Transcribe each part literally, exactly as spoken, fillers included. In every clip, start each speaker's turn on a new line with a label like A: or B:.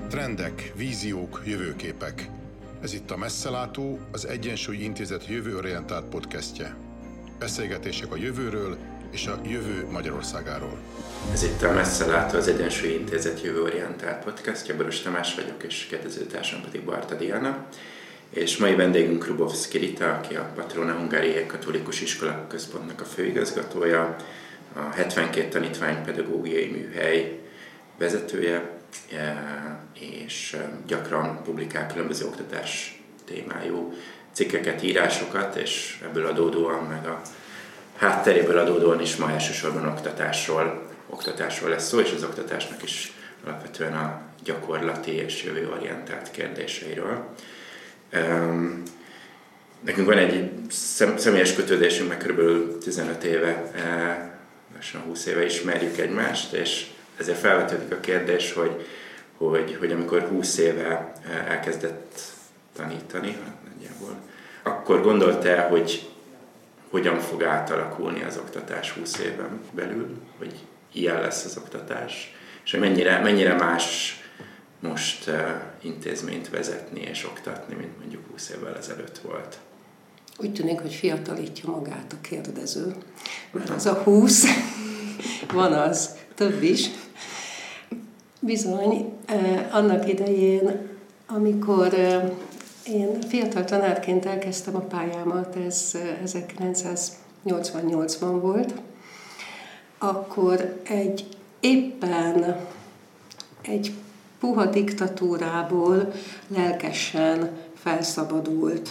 A: Trendek, víziók, jövőképek. Ez itt a Messzelátó, az Egyensúly Intézet jövőorientált podcastje. Beszélgetések a jövőről és a jövő Magyarországáról.
B: Ez itt a Messzelátó, az Egyensúly Intézet jövőorientált podcastja. Boros Tamás vagyok, és kérdezőtársam pedig Barta Diana. És mai vendégünk Hrubovszky Rita, aki a Patrona Hungáriai Katolikus Iskola Központnak a főigazgatója, a hetvenkét tanítvány pedagógiai műhely vezetője, és gyakran publikál különböző oktatás témájú cikkeket, írásokat, és ebből adódóan, meg a hátteréből adódóan is ma elsősorban oktatásról, oktatásról lesz szó, és az oktatásnak is alapvetően a gyakorlati és jövőorientált kérdéseiről. Nekünk van egy személyes kötődésünk, meg kb. tizenöt éve, lassan húsz éve ismerjük egymást, és ezért felvetődik a kérdés, hogy, hogy, hogy amikor húsz éve elkezdett tanítani, nagyjából, akkor gondolt-e, hogy hogyan fog átalakulni az oktatás húsz éven belül, hogy ilyen lesz az oktatás, és hogy mennyire, mennyire más most uh, intézményt vezetni és oktatni, mint mondjuk húsz évvel ezelőtt volt.
C: Úgy tűnik, hogy fiatalítja magát a kérdező, mert az a húsz, van az, több is. Bizony, eh, annak idején, amikor eh, én fiatal tanárként elkezdtem a pályámat, ez ezerkilencszáznyolcvannyolcban volt, akkor egy éppen egy puha diktatúrából lelkesen felszabadult,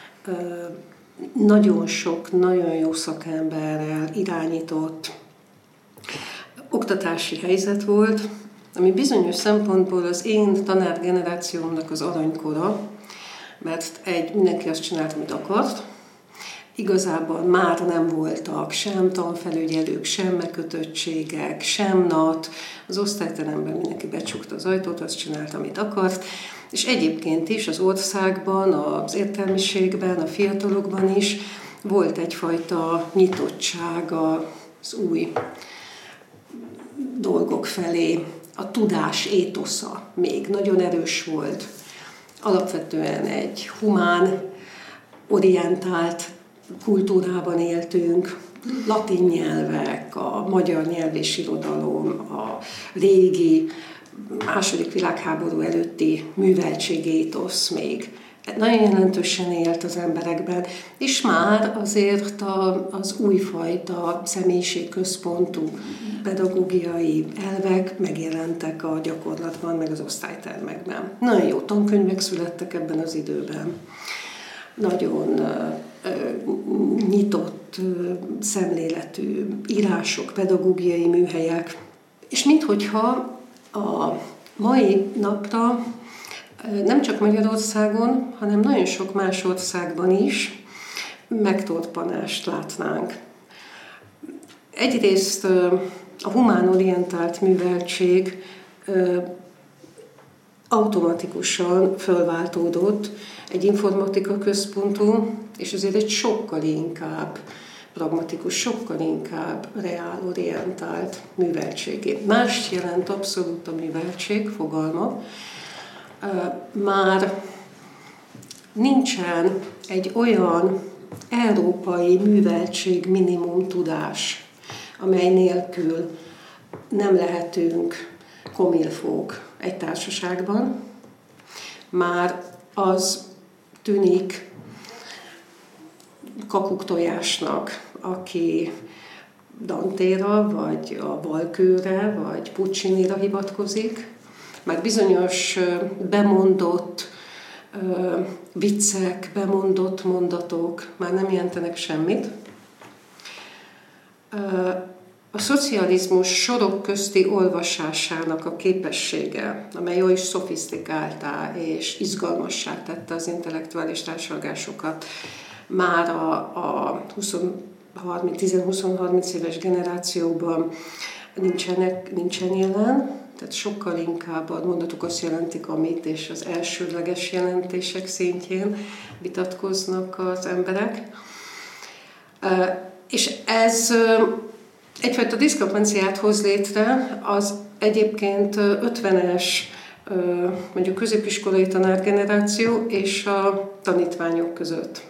C: nagyon sok, nagyon jó szakemberrel irányított oktatási helyzet volt, ami bizonyos szempontból az én tanárgenerációmnak az aranykora, mert egy, mindenki azt csinált, amit akart. Igazából már nem voltak sem tanfelügyelők, sem megkötöttségek, sem nat. Az osztályteremben mindenki becsukta az ajtót, azt csinált, amit akart. És egyébként is az országban, az értelmiségben, a fiatalokban is volt egyfajta nyitottság az új dolgok felé. A tudás étosza még nagyon erős volt. Alapvetően egy humán, orientált kultúrában éltünk, latin nyelvek, a magyar nyelv és irodalom, a régi második világháború előtti műveltségétosz még nagyon jelentősen élt az emberekben, és már azért az újfajta személyiségközpontú pedagógiai elvek megjelentek a gyakorlatban, meg az osztálytermekben. Nagyon jó tankönyvek születtek ebben az időben. Nagyon nyitott szemléletű írások, pedagógiai műhelyek, és minthogyha a mai napra nem csak Magyarországon, hanem nagyon sok más országban is megtorpanást látnánk. Egyrészt a humánorientált műveltség automatikusan fölváltódott egy informatika központú, és azért egy sokkal inkább pragmatikus, sokkal inkább reálorientált műveltségé. Mást jelent abszolút a műveltség fogalma. Már nincsen egy olyan európai műveltség minimum tudás, amely nélkül nem lehetünk komilfók egy társaságban. Már az tűnik kakuktojásnak, aki Dantéra, vagy a Valkőre, vagy Puccinira hivatkozik, már bizonyos bemondott viccek, bemondott mondatok már nem jelentenek semmit. A szocializmus sorok közti olvasásának a képessége, amely oly szofisztikáltá és izgalmassá tette az intellektuális társalgásokat, már a, a tíz-húsz-harminc éves generációban nincsenek, nincsen jelen, tehát sokkal inkább a mondatok azt jelentik, amit, és az elsődleges jelentések szintjén vitatkoznak az emberek. És ez egyfajta diszkrepanciát hoz létre az egyébként ötvenes mondjuk középiskolai tanárgeneráció és a tanítványok között.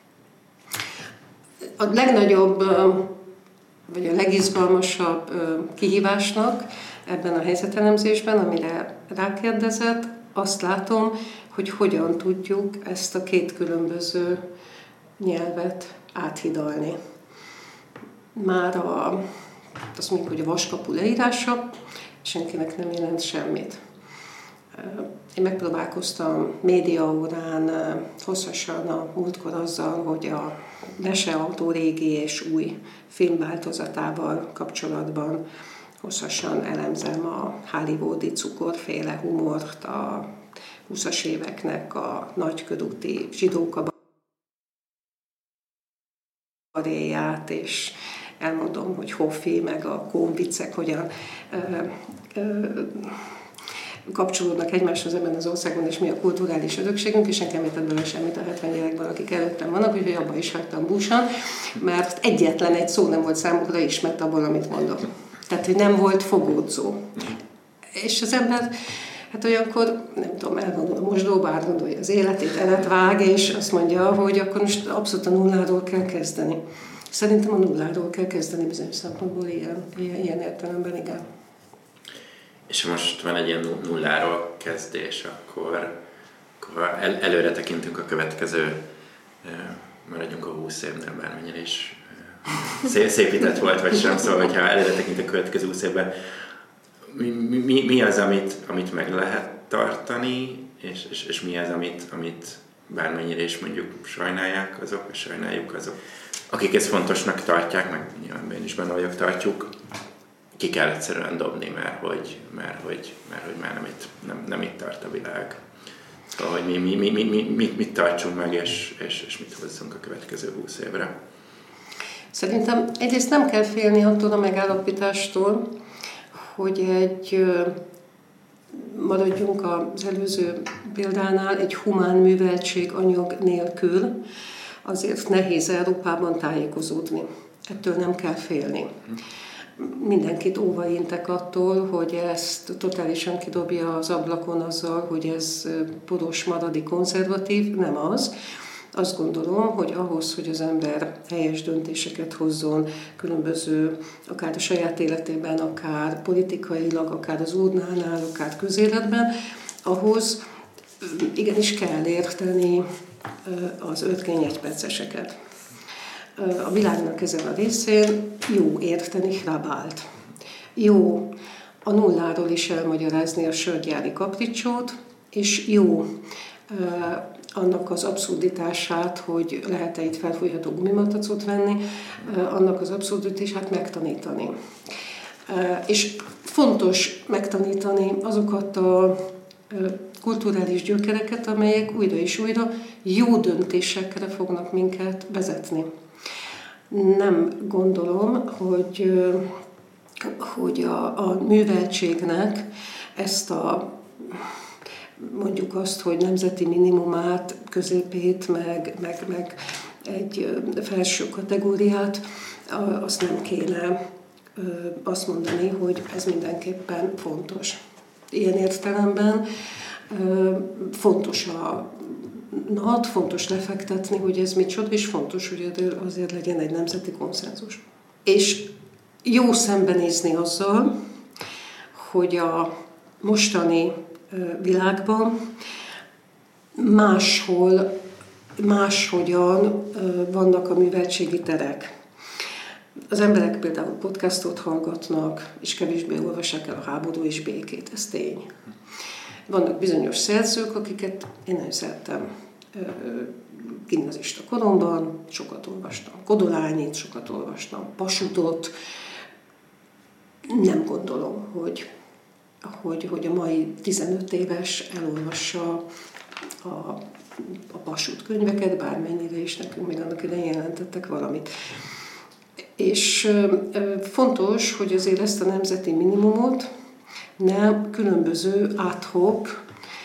C: A legnagyobb, vagy a legizgalmasabb kihívásnak ebben a helyzetelemzésben, amire rákérdezett, azt látom, hogy hogyan tudjuk ezt a két különböző nyelvet áthidalni. Már a, azt mondjuk, hogy a vaskapu leírása senkinek nem jelent semmit. Én megpróbálkoztam médiaórán hosszasan a múltkor azzal, hogy a meseautó régi és új filmváltozatával kapcsolatban hosszasan elemzem a hollywoodi cukorféle humort, a húszas éveknek a nagykörúti zsidó kabaréját, és elmondom, hogy Hoffi meg a Kohn-viccek hogyan ö, ö, kapcsolódnak egymáshoz ebben az országban, és mi a kulturális örökségünk, és nekem értett belőle semmit a hetven gyerekből, akik előttem vannak, úgyhogy abban is hagytam búsan, mert egyetlen egy szó nem volt számukra ismert abból, amit mondok. Tehát, hogy nem volt fogódzó. És az ember, hát olyankor, nem tudom, elgondol a mosdóba, átgondolja az életét, eletvág, és azt mondja, hogy akkor most abszolút a nulláról kell kezdeni. Szerintem a nulláról kell kezdeni bizonyos szempontból ilyen, ilyen, ilyen értelemben, igen.
B: És most van egy ilyen nulláról kezdés, akkor, akkor el, előre tekintünk a következő, maradjunk a húsz évnél, bármennyire is szép, szépített volt, vagy sem, szóval, hogyha előre tekintünk a következő húsz évben, mi, mi, mi az, amit, amit meg lehet tartani, és, és, és mi az, amit, amit bármennyire is mondjuk sajnálják azok, vagy sajnáljuk azok, akik ezt fontosnak tartják, meg nyilván én is benne vagyok, tartjuk, ki kell egyszerűen dobni, mert hogy, mert hogy, mert hogy már nem itt, nem, nem itt tart a világ. Szóval, hogy mi, mi, mi, mi, mi, mit, mit tartsunk meg, és, és, és mit hozzunk a következő húsz évre.
C: Szerintem egyrészt nem kell félni attól a megállapítástól, hogy egy, maradjunk az előző példánál, egy humán műveltség anyag nélkül azért nehéz Európában tájékozódni. Ettől nem kell félni. Mindenkit óvaintek attól, hogy ezt totálisan kidobja az ablakon azzal, hogy ez poros, maradi, konzervatív, nem az. Azt gondolom, hogy ahhoz, hogy az ember helyes döntéseket hozzon, különböző, akár a saját életében, akár politikailag, akár az urnánál, akár közéletben, ahhoz igenis kell érteni az ötkény egyperceseket. A világnak ezen a részén jó érteni Hrabált. Jó a nulláról is elmagyarázni a sörgyári kapricsót, és jó annak az abszurditását, hogy lehet-e itt felfújható gumimatacot venni, annak az abszurditását megtanítani. És fontos megtanítani azokat a kulturális gyökereket, amelyek újra és újra jó döntésekre fognak minket vezetni. Nem gondolom, hogy, hogy a, a műveltségnek ezt a, mondjuk azt, hogy nemzeti minimumát, középét, meg, meg, meg egy felső kategóriát, azt nem kéne azt mondani, hogy ez mindenképpen fontos. Ilyen értelemben fontos a nat, fontos lefektetni, hogy ez micsoda, és fontos, hogy azért legyen egy nemzeti konszenzus. És jó szembenézni azzal, hogy a mostani világban máshol, máshogyan vannak a műveltségi terek. Az emberek például podcastot hallgatnak, és kevésbé olvassák el a Háború és békét, ez tény. Vannak bizonyos szerzők, akiket én nagyon szerettem gimnazista koromban, sokat olvastam Kodolányit, sokat olvastam Pasutot. Nem gondolom, hogy, hogy, hogy a mai tizenöt éves elolvassa a, a Pasut könyveket, bármennyire is nekünk még annak idején jelentettek valamit. És fontos, hogy azért ezt a nemzeti minimumot nem különböző ad-hoc,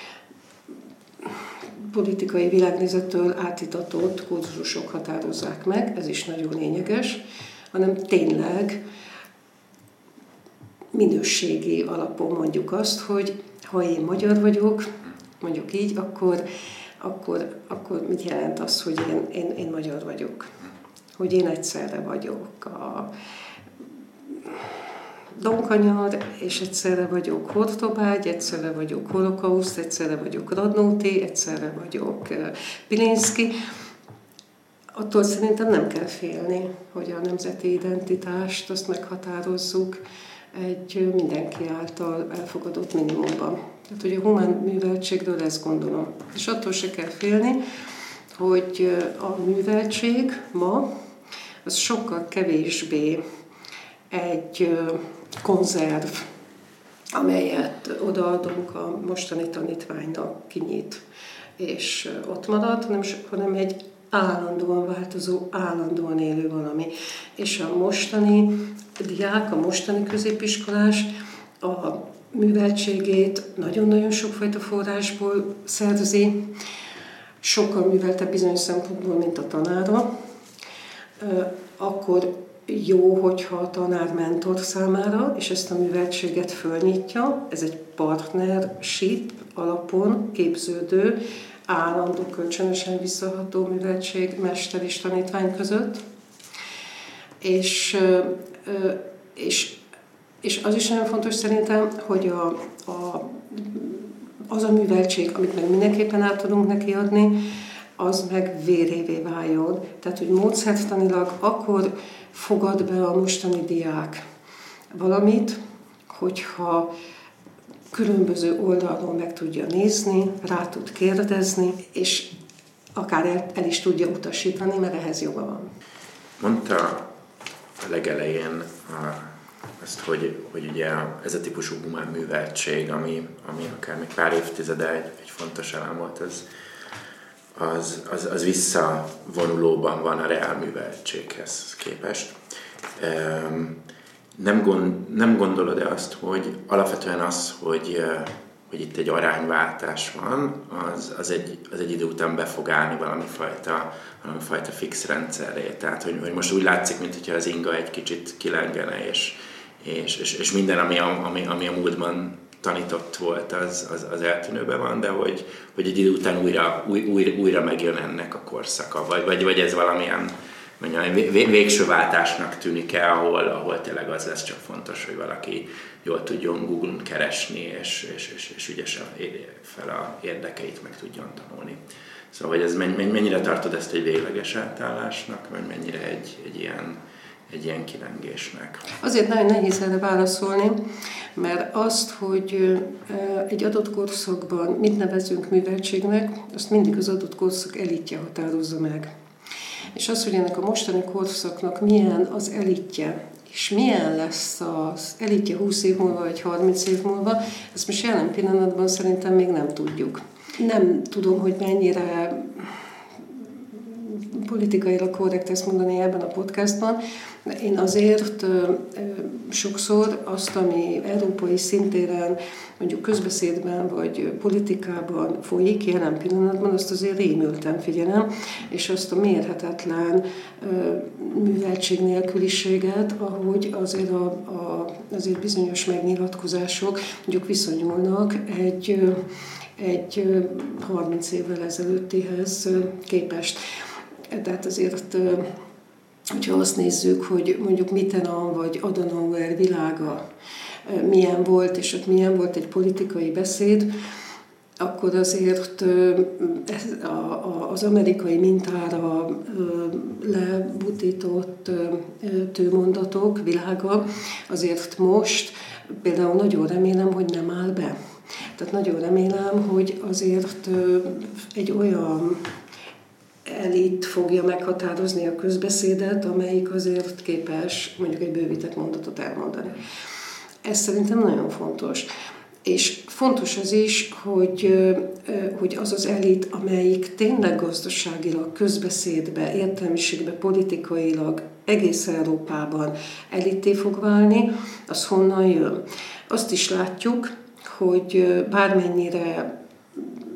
C: politikai világnézettől átitatott kurzusok határozzák meg, ez is nagyon lényeges, hanem tényleg minőségi alapon mondjuk azt, hogy, ha én magyar vagyok, mondjuk így, akkor, akkor, akkor mit jelent az, hogy én, én, én magyar vagyok? Hogy én egyszerre vagyok a Donkanyar, és egyszerre vagyok Hortobágy, egyszerre vagyok Holokauszt, egyszerre vagyok Radnóti, egyszerre vagyok Pilinszky. Attól szerintem nem kell félni, hogy a nemzeti identitást azt meghatározzuk egy mindenki által elfogadott minimumban. Tehát, hogy a humán műveltségről ezt gondolom. És attól se kell félni, hogy a műveltség ma az sokkal kevésbé egy konzerv, amelyet odaadunk a mostani tanítványnak, kinyit, és ott marad, hanem, hanem egy állandóan változó, állandóan élő valami. És a mostani diák, a mostani középiskolás a műveltségét nagyon-nagyon sokfajta forrásból szerzi, sokkal műveltebb bizonyos szempontból, mint a tanára. Akkor jó, hogyha a tanár mentor számára, és ezt a műveltséget fölnyitja. Ez egy partnership alapon képződő, állandó, kölcsönösen visszaható műveltség mester és tanítvány között. És, és, és az is nagyon fontos szerintem, hogy a, a, az a műveltség, amit meg mindenképpen át tudunk neki adni, az meg vérévé váljon. Tehát, hogy módszertanilag akkor fogad be a mostani diák valamit, hogyha különböző oldalról meg tudja nézni, rá tud kérdezni, és akár el, el is tudja utasítani, mert ehhez joga van.
B: Mondta a legelején a, azt, hogy, hogy ugye ez a típusú humán műveltség, ami, ami akár még pár évtizede egy, egy fontos elem volt, az, az, az, az visszavonulóban van a reál műveltséghez képest. Nem, gond, nem gondolod-e azt, hogy alapvetően az, hogy, hogy itt egy arányváltás van, az, az, egy, az egy idő után be fog állni valami fajta, valami fajta fix rendszerré. Tehát, hogy, hogy most úgy látszik, mintha az inga egy kicsit kilengene, és, és, és, és minden, ami a, ami, ami a múltban tanított volt, az, az, az eltűnőben van, de hogy, hogy egy idő után újra, új, újra, újra megjön ennek a korszaka, vagy, vagy, vagy ez valamilyen mondjam, végső váltásnak tűnik el, ahol, ahol tényleg az lesz csak fontos, hogy valaki jól tudjon Google-n keresni, és, és, és, és ügyesen fel a érdekeit meg tudjon tanulni. Szóval, hogy ez mennyire tartod ezt egy végleges átállásnak, vagy mennyire egy, egy, ilyen, egy ilyen kilengésnek?
C: Azért nagyon nehéz erre válaszolni, mert azt, hogy egy adott korszakban mit nevezünk műveltségnek, azt mindig az adott korszak elitje határozza meg. És az, hogy ennek a mostani korszaknak milyen az elitje, és milyen lesz az elitje húsz év múlva, vagy harminc év múlva, ezt most jelen pillanatban szerintem még nem tudjuk. Nem tudom, hogy mennyire politikailag korrekt ezt mondani ebben a podcastban, de én azért ö, ö, sokszor azt, ami európai szintéren, mondjuk közbeszédben vagy politikában folyik jelen pillanatban, azt azért rémülten figyelem, és azt a mérhetetlen ö, műveltség nélküliséget, ahogy azért, a, a, azért bizonyos megnyilatkozások mondjuk viszonyulnak egy, ö, egy harminc évvel ezelőttihez képest. Tehát azért, hogyha azt nézzük, hogy mondjuk Mitterrand vagy Adenauer világa milyen volt, és ott milyen volt egy politikai beszéd, akkor azért az amerikai mintára lebutított tőmondatok világa azért most például nagyon remélem, hogy nem áll be. Tehát nagyon remélem, hogy azért egy olyan elit fogja meghatározni a közbeszédet, amelyik azért képes mondjuk egy bővített mondatot elmondani. Ez szerintem nagyon fontos. És fontos az is, hogy, hogy az az elit, amelyik tényleg gazdaságilag, közbeszédbe, értelmiségbe, politikailag egész Európában elitté fog válni, az honnan jön. Azt is látjuk, hogy bármennyire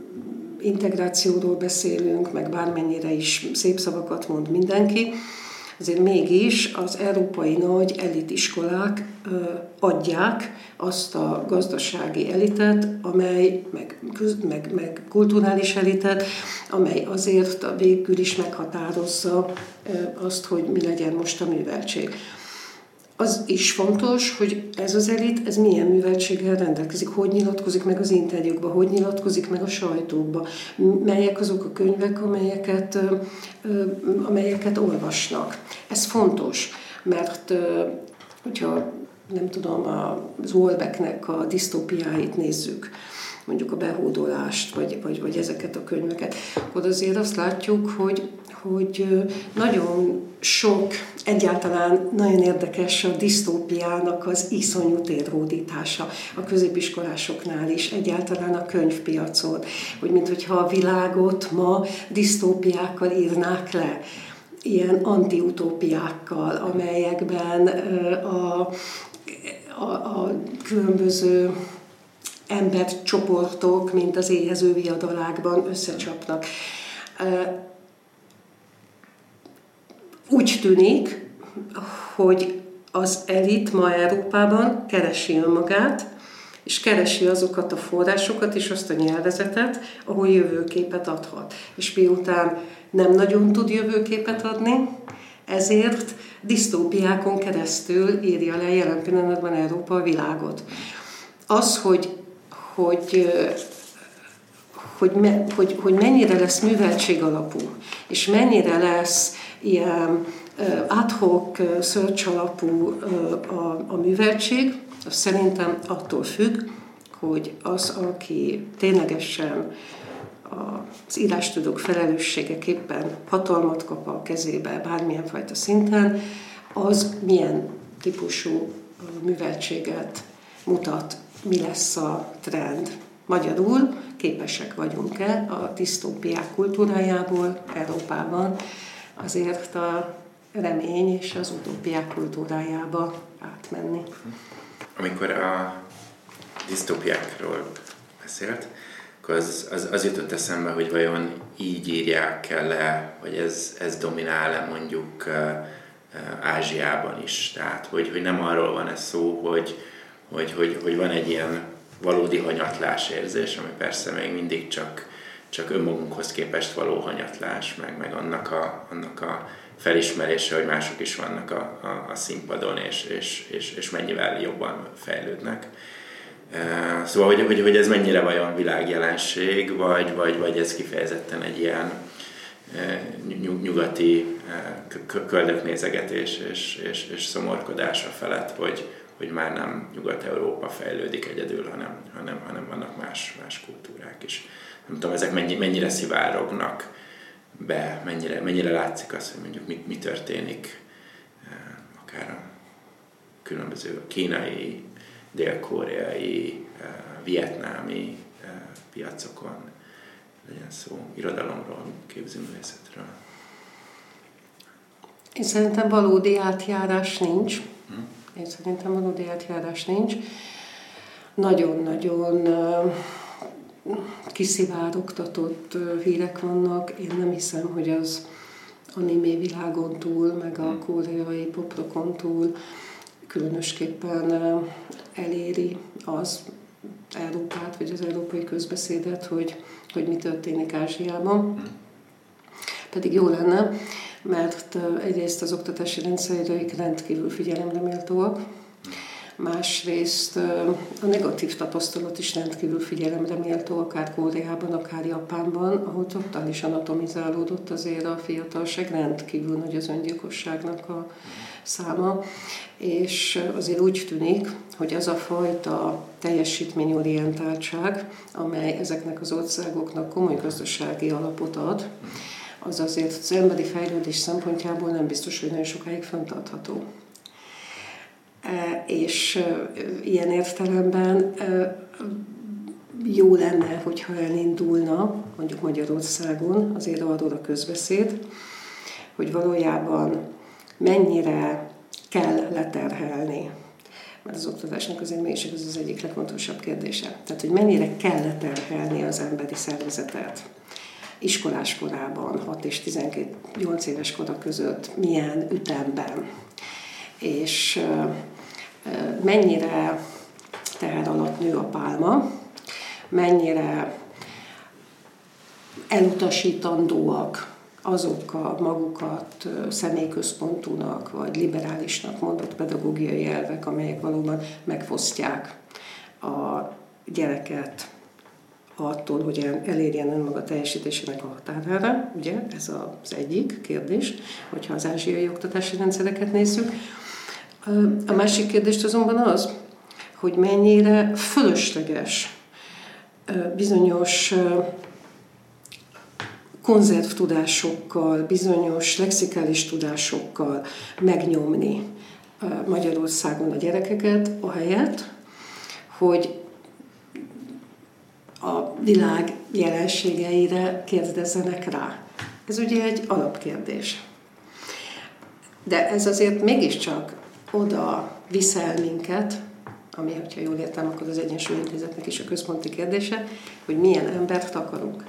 C: integrációról beszélünk, meg bármennyire is szép szavakat mond mindenki, azért mégis az európai nagy elitiskolák adják azt a gazdasági elitet, amely, meg, meg, meg kulturális elitet, amely azért végül is meghatározza azt, hogy mi legyen most a műveltség. Az is fontos, hogy ez az elit, ez milyen műveltséggel rendelkezik, hogy nyilatkozik meg az interjúkban, hogy nyilatkozik meg a sajtókban, melyek azok a könyvek, amelyeket, amelyeket olvasnak. Ez fontos, mert hogyha nem tudom, az Houellebecqnek a disztópiáit nézzük, mondjuk a Behódolást, vagy, vagy, vagy ezeket a könyveket, akkor azért azt látjuk, hogy, hogy nagyon sok, egyáltalán nagyon érdekes a disztópiának az iszonyú térhódítása a középiskolásoknál is, egyáltalán a könyvpiacon, hogy minthogyha a világot ma disztópiákkal írnák le, ilyen antiutópiákkal, amelyekben a, a, a különböző embercsoportok, mint az éhező viadalákban összecsapnak. Úgy tűnik, hogy az elit ma Európában keresi önmagát, és keresi azokat a forrásokat és azt a nyelvezetet, ahol jövőképet adhat. És miután nem nagyon tud jövőképet adni, ezért disztópiákon keresztül írja le jelen pillanatban Európa a világot. Az, hogy hogy, hogy, hogy, hogy mennyire lesz műveltség alapú, és mennyire lesz ilyen ad hoc, search alapú a, a műveltség, az szerintem attól függ, hogy az, aki ténylegesen az írástudók felelősségeképpen hatalmat kap a kezébe bármilyen fajta szinten, az milyen típusú műveltséget mutat, mi lesz a trend. Magyarul képesek vagyunk-e a disztópiák kultúrájából Európában azért a remény és az utópiák kultúrájába átmenni.
B: Amikor a disztópiákról beszélt, akkor az, az, az jutott eszembe, hogy vajon így írják le, vagy ez, ez dominál-e mondjuk Ázsiában is. Tehát, hogy, hogy nem arról van ez szó, hogy, hogy, hogy, hogy van egy ilyen valódi hanyatlás érzés, ami persze még mindig csak, csak önmagunkhoz képest való hanyatlás, meg, meg annak, a, annak a felismerése, hogy mások is vannak a, a, a színpadon, és, és, és, és mennyivel jobban fejlődnek. Szóval, hogy, hogy, hogy ez mennyire vajon világjelenség, vagy, vagy, vagy ez kifejezetten egy ilyen nyugati köldöknézegetés és, és, és szomorkodása felett, hogy, hogy már nem Nyugat-Európa fejlődik egyedül, hanem, hanem, hanem vannak más, más kultúrák is. Nem tudom, ezek mennyi, mennyire szivárognak be, mennyire, mennyire látszik az, hogy mondjuk mi, mi történik akár a különböző kínai, dél-koreai, vietnámi piacokon, legyen szó irodalomról, képzőművészetről.
C: Én szerintem valódi átjárás nincs. Én szerintem valódi átjárás nincs. Nagyon-nagyon kiszivárogtatott hírek vannak. Én nem hiszem, hogy az animé világon túl, meg a koreai poprokon túl különösképpen eléri az Európát, vagy az európai közbeszédet, hogy, hogy mi történik Ázsiában. Pedig jó lenne, mert egyrészt az oktatási rendszereik rendkívül figyelemre méltóak, másrészt a negatív tapasztalat is rendkívül figyelemre méltó, akár Koreában, akár Japánban, ahol totálisan atomizálódott azért a fiatalság, rendkívül nagy az öngyilkosságnak a száma, és azért úgy tűnik, hogy az a fajta teljesítményorientáltság, amely ezeknek az országoknak komoly gazdasági alapot ad, az azért az emberi fejlődés szempontjából nem biztos, hogy nagyon sokáig fenntartható. És ilyen értelemben jó lenne, hogyha elindulna, mondjuk Magyarországon azért arról a közbeszéd, hogy valójában mennyire kell leterhelni. Mert az oktatásnak azért mégis az az egyik legfontosabb kérdése. Tehát, hogy mennyire kell leterhelni az emberi szervezetet. iskolás korában, hat és tizennyolc éves kora között milyen ütemben, és mennyire teher alatt nő a pálma, mennyire elutasítandóak azok a magukat személyközpontúnak vagy liberálisnak mondott pedagógiai elvek, amelyek valóban megfosztják a gyereket attól, hogy elérjen önmaga teljesítésének a határára. Ugye, ez az egyik kérdés, hogyha az ázsiai oktatási rendszereket nézzük. A másik kérdés azonban az, hogy mennyire fölösleges bizonyos konzervtudásokkal, bizonyos lexikális tudásokkal megnyomni Magyarországon a gyerekeket, ahelyett, hogy a világ jelenségeire kérdezzenek rá. Ez ugye egy alapkérdés. De ez azért mégiscsak oda viszel minket, ami, hogyha jól értem, akkor az Egyensúly Intézetnek is a központi kérdése, hogy milyen embert akarunk.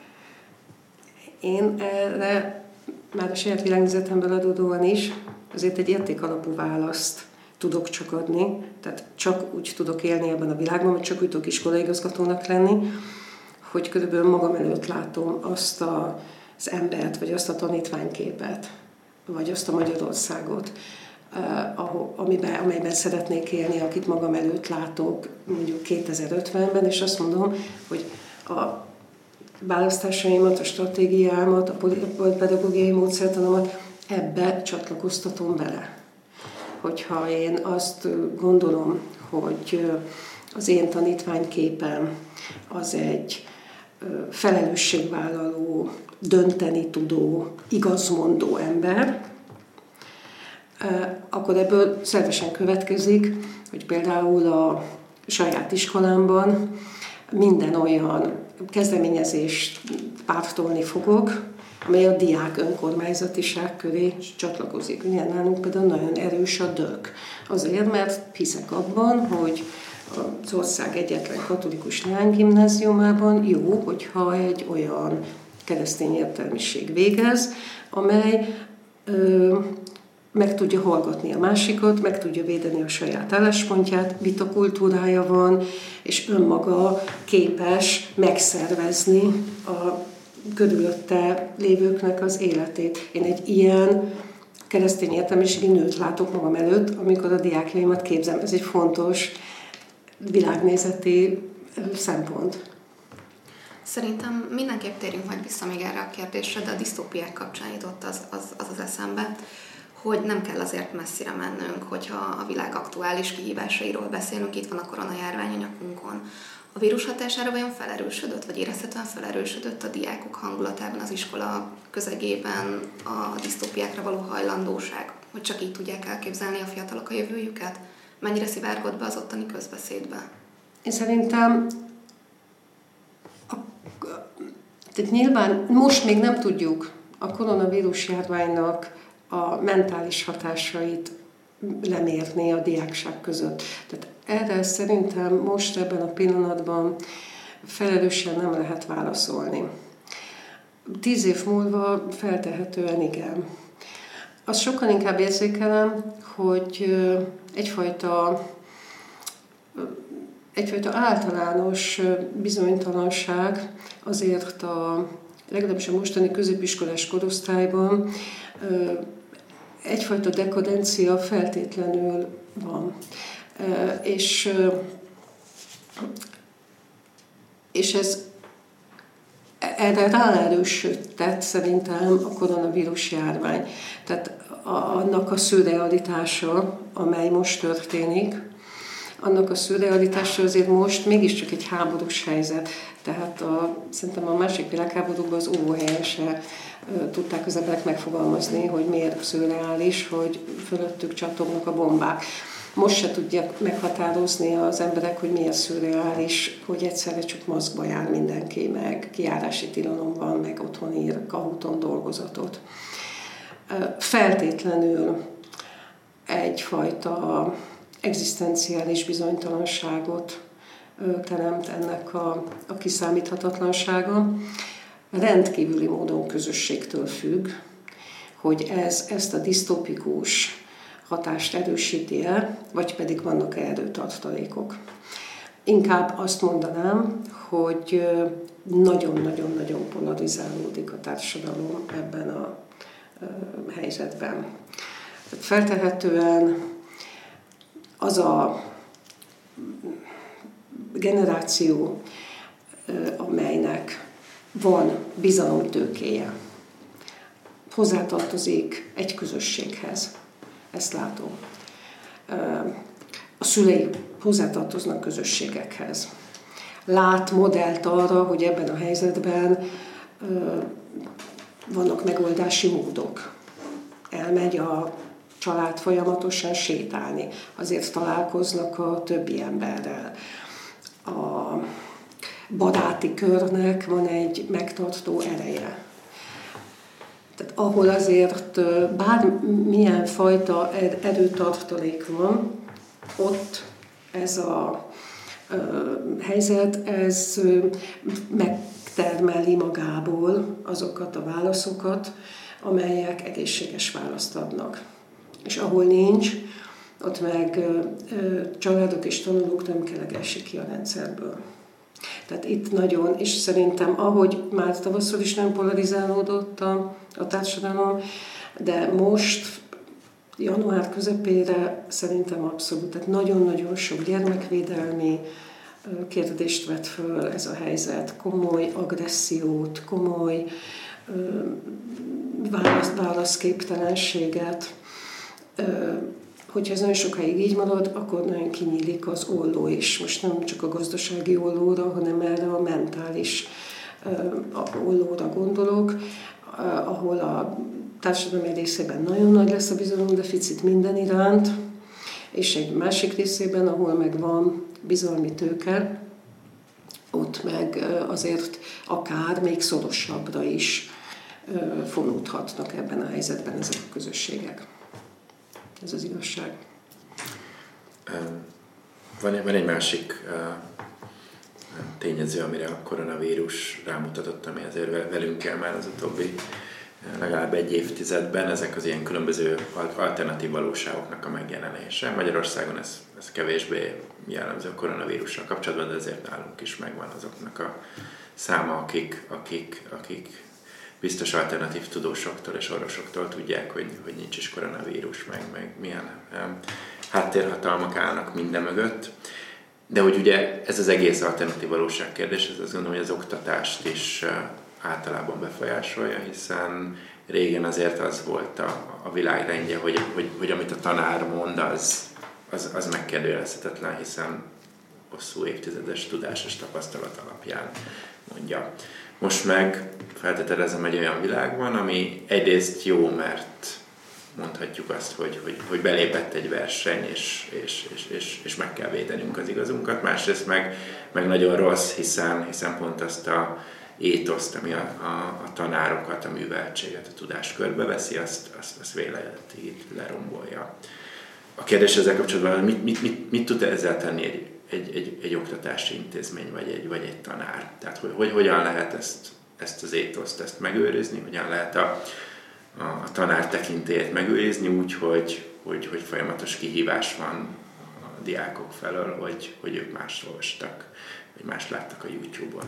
C: Én erre már a saját világnézetemből adódóan is azért egy értékalapú választ tudok csak adni, tehát csak úgy tudok élni ebben a világban, vagy csak úgy tudok iskolaigazgatónak lenni, hogy körülbelül magam előtt látom azt a, az embert, vagy azt a tanítványképet, vagy azt a Magyarországot, amiben, amelyben szeretnék élni, akit magam előtt látok mondjuk kétezer-ötvenben, és azt mondom, hogy a választásaimat, a stratégiámat, a pedagógiai módszertanomat ebbe csatlakoztatom bele. Hogyha én azt gondolom, hogy az én tanítványképem az egy felelősségvállaló, dönteni tudó, igazmondó ember, akkor ebből szervesen következik, hogy például a saját iskolámban minden olyan kezdeményezést pártolni fogok, amely a diák önkormányzatiság köré csatlakozik. Ugye nálunk például nagyon erős a dök. Azért, mert hiszek abban, hogy az ország egyetlen katolikus leánygimnáziumában jó, hogyha egy olyan keresztény értelmiség végez, amely ö, meg tudja hallgatni a másikat, meg tudja védeni a saját álláspontját, vitakultúrája van, és önmaga képes megszervezni a körülötte lévőknek az életét. Én egy ilyen keresztény értelmiségi nőt látok magam előtt, amikor a diákjaimat képzem. Ez egy fontos világnézeti szempont.
D: Szerintem mindenképp térjünk majd vissza még erre a kérdésre, de a disztópiák kapcsán jutott az az, az, az eszembe, hogy nem kell azért messzire mennünk, hogyha a világ aktuális kihívásairól beszélünk, itt van a koronajárvány a nyakunkon. A vírus hatására vajon felerősödött, vagy érezhetően felerősödött a diákok hangulatában, az iskola közegében a disztópiákra való hajlandóság, hogy csak így tudják elképzelni a fiatalok a jövőjüket? Mennyire szivárgott be az ottani közbeszédbe?
C: Én szerintem a, tehát nyilván most még nem tudjuk a koronavírus járványnak a mentális hatásait lemérni a diákság között. Tehát erre szerintem most ebben a pillanatban felelősen nem lehet válaszolni. Tíz év múlva feltehetően igen. Azt sokkal inkább érzékelem, hogy egyfajta, egyfajta általános bizonytalanság azért a legalábbis a mostani középiskolás korosztályban egyfajta dekadencia feltétlenül van. És, és ez erre ráerősödtet szerintem a koronavírus járvány. Tehát annak a szürrealitása, amely most történik, annak a szürrealitása azért most mégiscsak egy háborús helyzet. Tehát a, szerintem a másik világháborúban az óvóhelyen se tudták az emberek megfogalmazni, hogy miért szürreális, hogy fölöttük csattognak a bombák. Most se tudják meghatározni az emberek, hogy miért szürreális, hogy egyszerre csak maszkba jár mindenki, meg kijárási tilalom van, meg otthon ír Kahúton dolgozatot. Feltétlenül egyfajta egzisztenciális bizonytalanságot teremt ennek a, a kiszámíthatatlansága. rendkívüli módon közösségtől függ, hogy ez, ezt a disztopikus hatást erősíti-e, vagy pedig vannak erő tartalékok. Inkább azt mondanám, hogy nagyon-nagyon-nagyon polarizálódik a társadalom ebben a helyzetben. Feltehetően az a generáció, amelynek van bizalomtőkéje, hozzátartozik egy közösséghez. Ezt látom. A szülei hozzátartoznak közösségekhez. Lát modellt arra, hogy ebben a helyzetben vannak megoldási módok. Elmegy a család folyamatosan sétálni, azért találkoznak a többi emberrel. A baráti körnek van egy megtartó ereje. Tehát ahol azért bármilyen fajta erőtartalék van, ott ez a helyzet, ez megtermeli magából azokat a válaszokat, amelyek egészséges választ adnak. És ahol nincs, ott meg családok és tanulók nem kell esik ki a rendszerből. Tehát itt nagyon, és szerintem ahogy már tavasszal is nem polarizálódott a, a társadalom, de most január közepére szerintem abszolút, tehát nagyon-nagyon sok gyermekvédelmi kérdést vet föl ez a helyzet, komoly agressziót, komoly válasz, válaszképtelenséget. Hogyha ez nagyon sokáig így marad, akkor nagyon kinyílik az olló is. Most nem csak a gazdasági ollóra, hanem erre a mentális ollóra gondolok, ahol a társadalmi részében nagyon nagy lesz a bizalomdeficit minden iránt, és egy másik részében, ahol meg van bizalmi tőke, ott meg azért akár még szorosabbra is fonódhatnak ebben a helyzetben ezek a közösségek. Ez az igazság.
B: Van, van egy másik uh, tényező, amire a koronavírus rámutatott, ami azért velünk kell már az utóbbi legalább egy évtizedben, ezek az ilyen különböző alternatív valóságoknak a megjelenése. Magyarországon ez, ez kevésbé jellemző a koronavírussal kapcsolatban, de azért nálunk is megvan azoknak a száma, akik, akik, akik biztos alternatív tudósoktól és orvosoktól tudják, hogy, hogy nincs is koronavírus, meg, meg milyen um, háttérhatalmak állnak minden mögött. De hogy ugye ez az egész alternatív valóság kérdés, ez azt gondolom, hogy az oktatást is uh, általában befolyásolja, hiszen régen azért az volt a, a világrendje, hogy, hogy, hogy amit a tanár mond, az, az, az megkérdőjelezhetetlen, hiszen hosszú évtizedes tudásos tapasztalat alapján mondja. Most meg feltételezem, egy olyan világ van, ami egyrészt jó, mert mondhatjuk azt, hogy, hogy, hogy belépett egy verseny, és, és, és, és, és meg kell védenünk az igazunkat, másrészt meg, meg nagyon rossz, hiszen, hiszen pont azt a étoszt, ami a, a, a tanárokat, a műveltséget, a tudást körbeveszi, azt, azt, azt véletig lerombolja. A kérdés ezzel kapcsolatban, mit, mit, mit, mit tud ezzel tenni egy, egy, egy, egy oktatási intézmény, vagy egy, vagy egy tanár? Tehát hogy, hogy, hogyan lehet ezt, ezt az étoszt ezt megőrizni, hogyan lehet a, a, a tanár tekintélyét megőrizni úgy, hogy, hogy, hogy folyamatos kihívás van a diákok felől, hogy, hogy ők mást olvastak, vagy mást láttak a YouTube-on.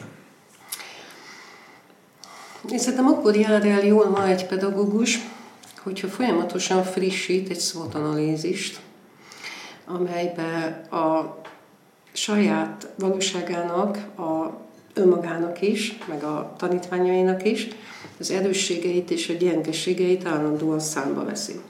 C: Én szerintem akkor jár el jól ma egy pedagógus, hogyha folyamatosan frissít egy SWOT-analízist, amelybe a saját valóságának, a önmagának is, meg a tanítványainak is az erősségeit és a gyengeségeit állandóan számba veszi.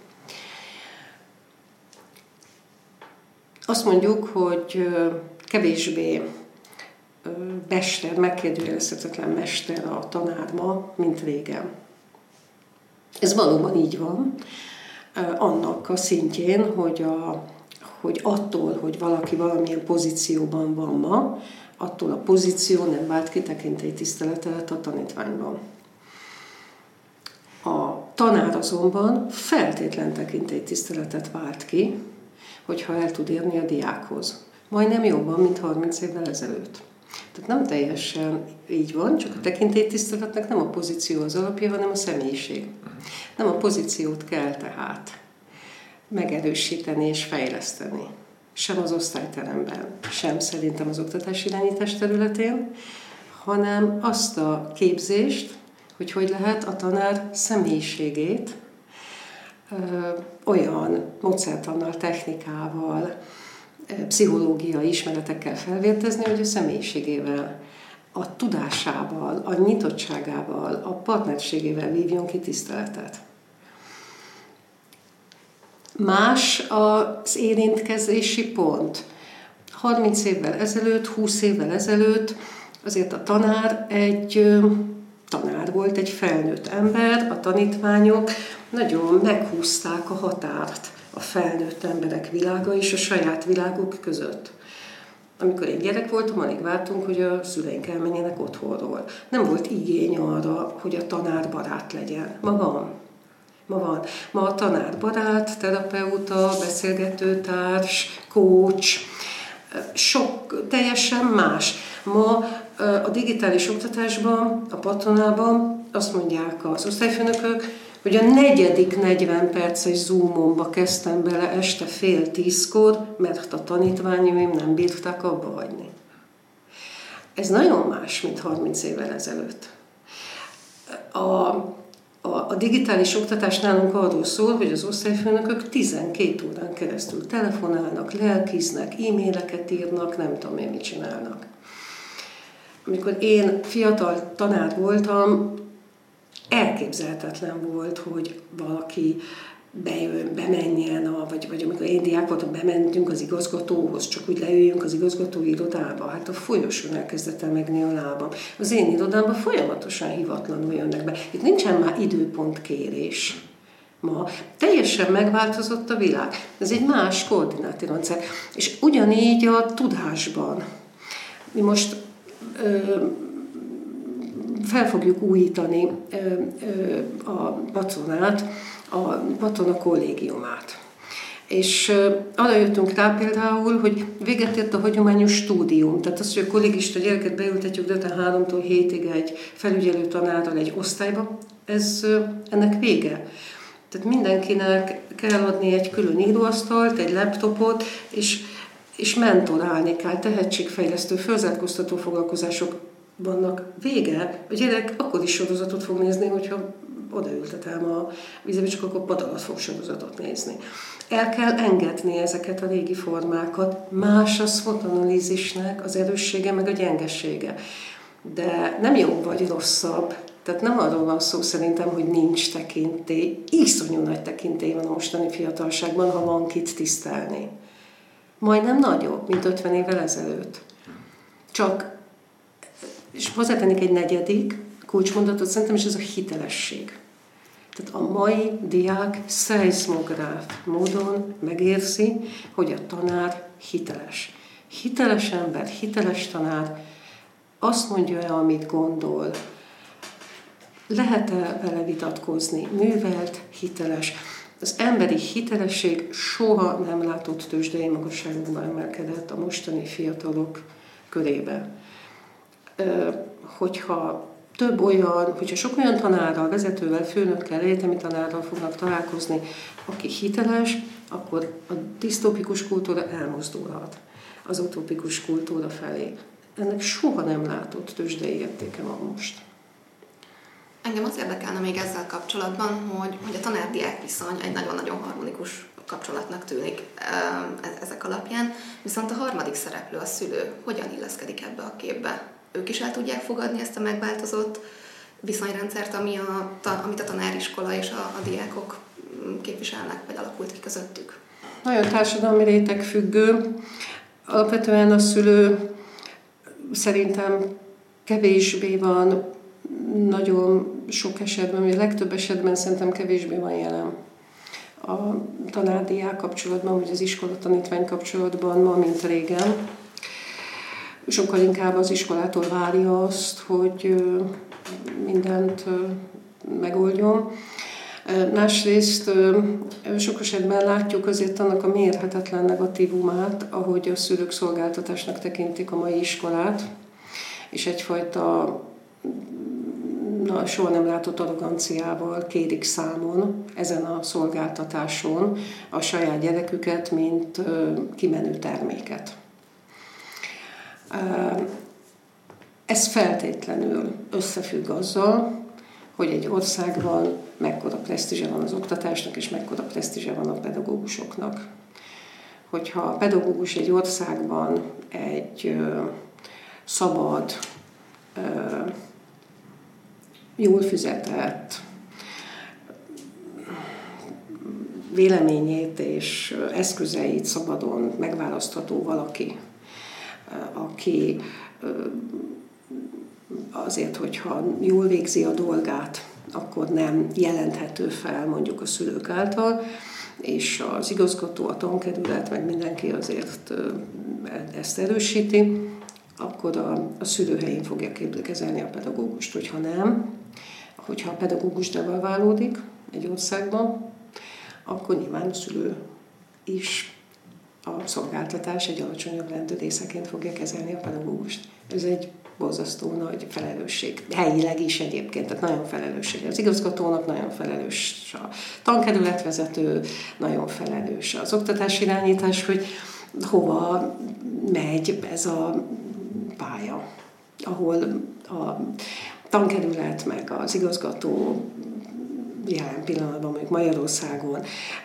C: Azt mondjuk, hogy kevésbé mester, megkérdőjelezhetetlen mester a tanár ma, mint régen. Ez valóban így van, annak a szintjén, hogy, a, hogy attól, hogy valaki valamilyen pozícióban van ma, attól a pozíció nem vált ki tekintélytiszteletet a tanítványban. A tanár azonban feltétlen tekintélytiszteletet vált ki, hogyha el tud érni a diákhoz. Majdnem jobban, mint harminc évvel ezelőtt. Tehát nem teljesen így van, csak a tekintélytiszteletnek nem a pozíció az alapja, hanem a személyiség. Nem a pozíciót kell tehát megerősíteni és fejleszteni. Sem az osztályteremben, sem szerintem az oktatási irányítás területén, hanem azt a képzést, hogy hogy lehet a tanár személyiségét ö, olyan módszertannal, technikával, ö, pszichológiai ismeretekkel felvértezni, hogy a személyiségével, a tudásával, a nyitottságával, a partnerségével vívjon ki tiszteletet. Más az érintkezési pont. harminc évvel ezelőtt, húsz évvel ezelőtt azért a tanár egy tanár volt, egy felnőtt ember, a tanítványok nagyon meghúzták a határt a felnőtt emberek világa és a saját világuk között. Amikor én gyerek voltam, alig vártunk, hogy a szüleink elmenjenek otthonról. Nem volt igény arra, hogy a tanár barát legyen. Ma van. Ma van. Ma a tanár barát, terapeuta, beszélgetőtárs, coach, sok, teljesen más. Ma a digitális oktatásban, a patronában azt mondják az osztályfőnökök, hogy a negyedik negyven perces zoomomba kezdtem bele este fél tízkor, mert a tanítványaim nem bírták abba hagyni. Ez nagyon más, mint harminc évvel ezelőtt. A, a, a digitális oktatás nálunk arról szól, hogy az osztályfőnökök tizenkét órán keresztül telefonálnak, lelkiznek, e-maileket írnak, nem tudom én mit csinálnak. Amikor én fiatal tanár voltam, elképzelhetetlen volt, hogy valaki bejön, bemenjen, a, vagy, vagy amikor én diák voltam, bementünk az igazgatóhoz, csak úgy leüljünk az igazgató irodába. Hát a folyosón elkezdett emegni a lábam. Az én irodámban folyamatosan hivatlanul jönnek be. Itt nincsen már időpontkérés. Ma teljesen megváltozott a világ. Ez egy más koordináti rendszer. És ugyanígy a tudásban. Mi most ö, fel fogjuk újítani ö, ö, a patronát, a patona kollégiumát. És ö, arra jöttünk rá például, hogy véget ért a hagyományos stúdium. Tehát az, hogy a kollégista gyereket beültetjük délután háromtól hétig egy felügyelő tanárral egy osztályba, ez ö, ennek vége. Tehát mindenkinek kell adni egy külön íróasztalt, egy laptopot, és, és mentorálni kell, tehetségfejlesztő, fölzárkóztató foglalkozások vannak. Vége. A gyerek akkor is sorozatot fog nézni, hogyha odaültetem a vizébe, csak akkor pad alatt fog sorozatot nézni. El kell engedni ezeket a régi formákat. Más a SWOT-analízisnek az erőssége, meg a gyengesége. De nem jobb vagy rosszabb. Tehát nem arról van szó szerintem, hogy nincs tekintély. Iszonyú nagy tekintély van a mostani fiatalságban, ha van kit tisztelni. Majdnem nagyobb, mint ötven évvel ezelőtt. Csak, és hozzátennék egy negyedik kulcsmondatot, szerintem is ez a hitelesség. Tehát a mai diák szeizmográf módon megérzi, hogy a tanár hiteles. Hiteles ember, hiteles tanár azt mondja el, amit gondol. Lehet-e vele vitatkozni? Művelt, hiteles. Az emberi hitelesség soha nem látott tőzsdei magasságokban emelkedett a mostani fiatalok körébe. Hogyha több olyan, hogyha sok olyan tanárral, vezetővel, főnökkel, egyetemi tanárral fognak találkozni, aki hiteles, akkor a disztópikus kultúra elmozdulhat az utópikus kultúra felé. Ennek soha nem látott tőzsdei értéke van most.
D: Engem az érdekelne még ezzel kapcsolatban, hogy, hogy a tanár-diák viszony egy nagyon-nagyon harmonikus kapcsolatnak tűnik ezek alapján, viszont a harmadik szereplő, a szülő, hogyan illeszkedik ebbe a képbe? Ők is el tudják fogadni ezt a megváltozott viszonyrendszert, ami a, amit a tanáriskola és a, a diákok képviselnek, vagy alakult ki közöttük?
C: Nagyon társadalmi réteg függő. Alapvetően a szülő szerintem kevésbé van, nagyon sok esetben, vagy a legtöbb esetben szerintem kevésbé van jelen a tanár-diák kapcsolatban, vagy az iskola-tanítvány kapcsolatban ma, mint régen. Sokkal inkább az iskolától várja azt, hogy mindent megoldjon. Másrészt sok esetben látjuk azért annak a mérhetetlen negatívumát, ahogy a szülők szolgáltatásnak tekintik a mai iskolát. és egyfajta na, soha nem látott arroganciával kérik számon ezen a szolgáltatáson a saját gyereküket, mint kimenő terméket. Ez feltétlenül összefügg azzal, hogy egy országban mekkora presztízse van az oktatásnak, és mekkora presztízse van a pedagógusoknak. Hogyha a pedagógus egy országban egy ö, szabad, ö, jól fizetett véleményét és eszközeit szabadon megválasztható valaki, aki azért, hogyha jól végzi a dolgát, akkor nem jelenthető fel mondjuk a szülők által, és az igazgató, a tankerület, meg mindenki azért ezt erősíti, akkor a, a szülő helyén fogja kezelni a pedagógust. Hogyha nem, hogyha a pedagógus devalválódik egy országban, akkor nyilván a szülő is a szolgáltatás egy alacsonyabb rendű részeként fogja kezelni a pedagógust. Ez egy borzasztó nagy felelősség. Helyileg is egyébként, tehát nagyon felelősség. Az igazgatónak nagyon felelős, a tankerületvezető nagyon felelős, az oktatásirányítás, hogy hova megy ez a pálya, ahol a tankerület meg az igazgató jelen pillanatban, mondjuk Magyarországon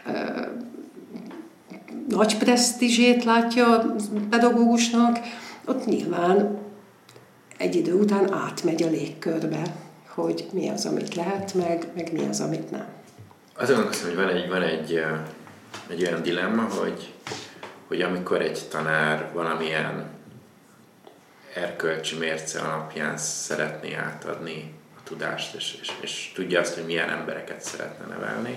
C: nagy presztízsét látja a pedagógusnak, ott nyilván egy idő után átmegy a légkörbe, hogy mi az, amit lehet, meg, meg mi az, amit nem.
B: Azon gondolkozom, hogy van egy, van egy, egy olyan dilemma, hogy, hogy amikor egy tanár valamilyen erkölcsi mérce alapján szeretné átadni a tudást, és, és, és tudja azt, hogy milyen embereket szeretne nevelni,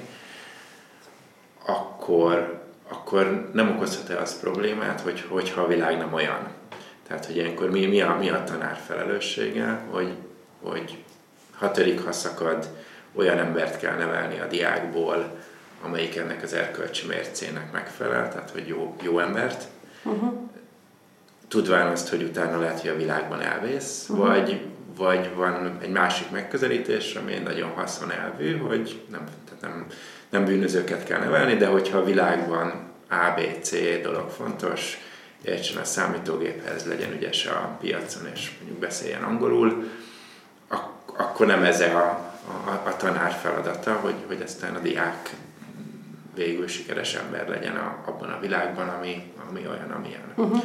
B: akkor, akkor nem okozhat-e az problémát, hogy, hogyha a világ nem olyan. Tehát, hogy ilyenkor mi, mi, a, mi a tanár felelőssége, hogy, hogy ha törik, ha szakad, olyan embert kell nevelni a diákból, amelyik ennek az erkölcsi mércének megfelel, tehát, hogy jó, jó embert. Uh-huh. Tudván azt, hogy utána lehet, hogy a világban elvész, uh-huh. vagy, vagy van egy másik megközelítés, ami nagyon haszonelvű, hogy nem, tehát nem, nem bűnözőket kell nevelni, de hogyha a világban A, B, C dolog fontos, értsen a számítógéphez, legyen ügyes a piacon, és mondjuk beszéljen angolul, ak- akkor nem ez a, a, a tanár feladata, hogy, hogy aztán a diák végül sikeres ember legyen a, abban a világban, ami, ami olyan, amilyen. Uh-huh.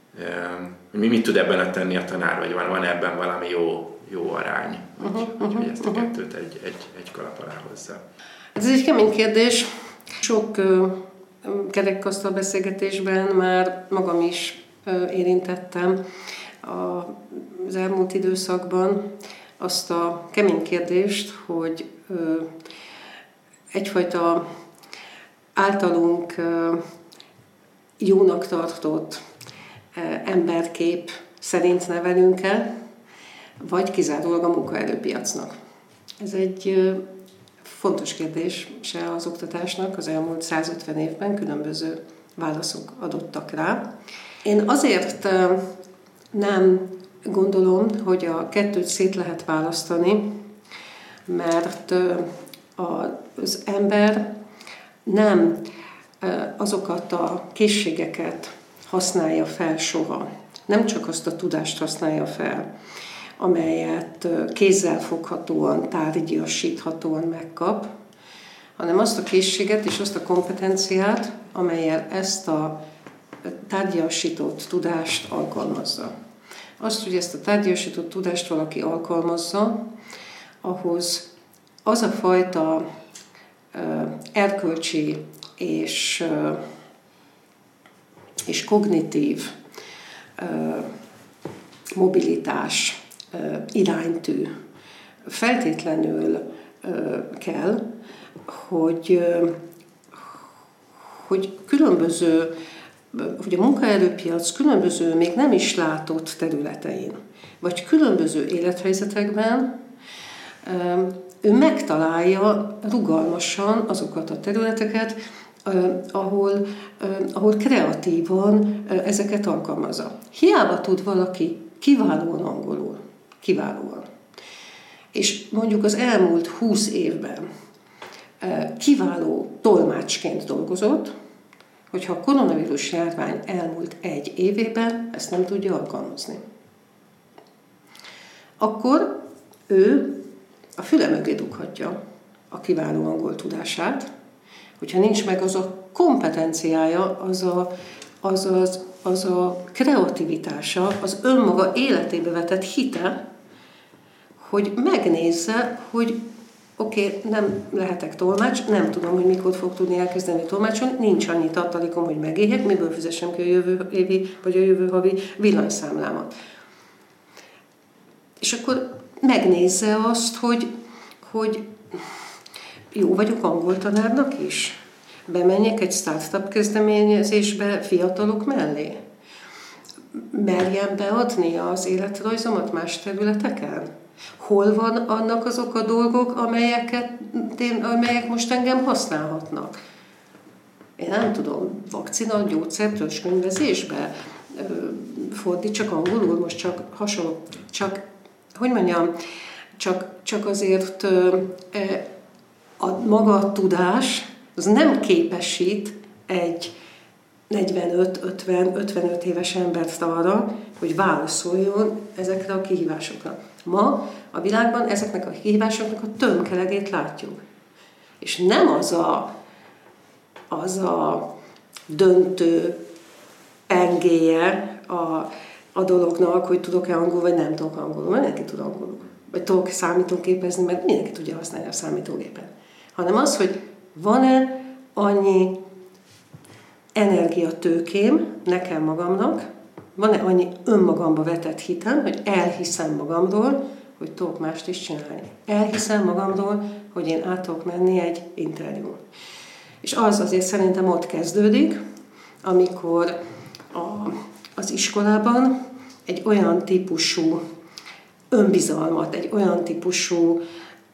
B: Mi mit tud ebben tenni a tanár, vagy van, van ebben valami jó, jó arány, hogy, uh-huh. hogy, hogy ezt a kettőt egy, egy, egy kalap alá hozza?
C: Ez egy kemény kérdés. Sok uh, kerekasztal beszélgetésben már magam is uh, érintettem a, az elmúlt időszakban azt a kemény kérdést, hogy uh, egyfajta általunk uh, jónak tartott emberkép szerint nevelünk el, vagy kizárólag a munkaerőpiacnak. Ez egy fontos kérdés se az oktatásnak, az elmúlt százötven évben különböző válaszok adottak rá. Én azért nem gondolom, hogy a kettőt szét lehet választani, mert az ember nem azokat a készségeket használja fel soha. Nem csak azt a tudást használja fel, amelyet kézzel foghatóan, tárgyasíthatóan megkap, hanem azt a készséget és azt a kompetenciát, amellyel ezt a tárgyasított tudást alkalmazza. Azt, hogy ezt a tárgyasított tudást valaki alkalmazza, ahhoz az a fajta erkölcsi és és kognitív uh, mobilitás, uh, iránytű feltétlenül uh, kell, hogy, uh, hogy különböző, hogy a munkaerőpiac különböző, még nem is látott területein, vagy különböző élethelyzetekben uh, ő megtalálja rugalmasan azokat a területeket, Uh, ahol, uh, ahol kreatívan uh, ezeket alkalmazza. Hiába tud valaki kiválóan angolul, Kiválóan. És mondjuk az elmúlt húsz évben kiváló tolmácsként dolgozott, hogyha a koronavírus járvány elmúlt egy évében ezt nem tudja alkalmazni. Akkor ő a füle mögé dughatja a kiváló angol tudását, hogyha nincs meg az a kompetenciája, az a, az, az, az a kreativitása, az önmaga életébe vetett hite, hogy megnézze, hogy oké, okay, nem lehetek tolmács, nem tudom, hogy mikor fog tudni elkezdeni tolmácsolni, nincs annyi tartalékom, hogy megéljek, miből fizessem ki a jövő évi vagy a jövő havi villanyszámlámat. És akkor megnézze azt, hogy, hogy jó vagyok angol tanárnak is. Bemenjek egy startup kezdeményezésbe fiatalok mellé. Merjem beadni az életrajzomat más területeken. Hol van annak azok a dolgok, amelyeket, amelyek most engem használhatnak? Én nem tudom, vakcina, gyógyszer, törzskönyvezésbe fordítsak angolul, most csak hasonló, csak, hogy mondjam, csak, csak azért a maga a tudás, az nem képesít egy negyvenöt, ötven, ötvenöt éves embert arra, hogy válaszoljon ezekre a kihívásokra. Ma a világban ezeknek a kihívásoknak a tömkelegét látjuk. És nem az a, az a döntő pengéje a, a dolognak, hogy tudok-e angolul, vagy nem tudok angolul. Mindenki tud angolul. Vagy tudok számítógépezni, mert mindenki tudja használni a számítógépet. Hanem az, hogy van-e annyi energiatőkém nekem magamnak, van-e annyi önmagamba vetett hitem, hogy elhiszem magamról, hogy tudok mást is csinálni. Elhiszem magamról, hogy én át tudok menni egy interjún. És az azért szerintem ott kezdődik, amikor a, az iskolában egy olyan típusú önbizalmat, egy olyan típusú ö,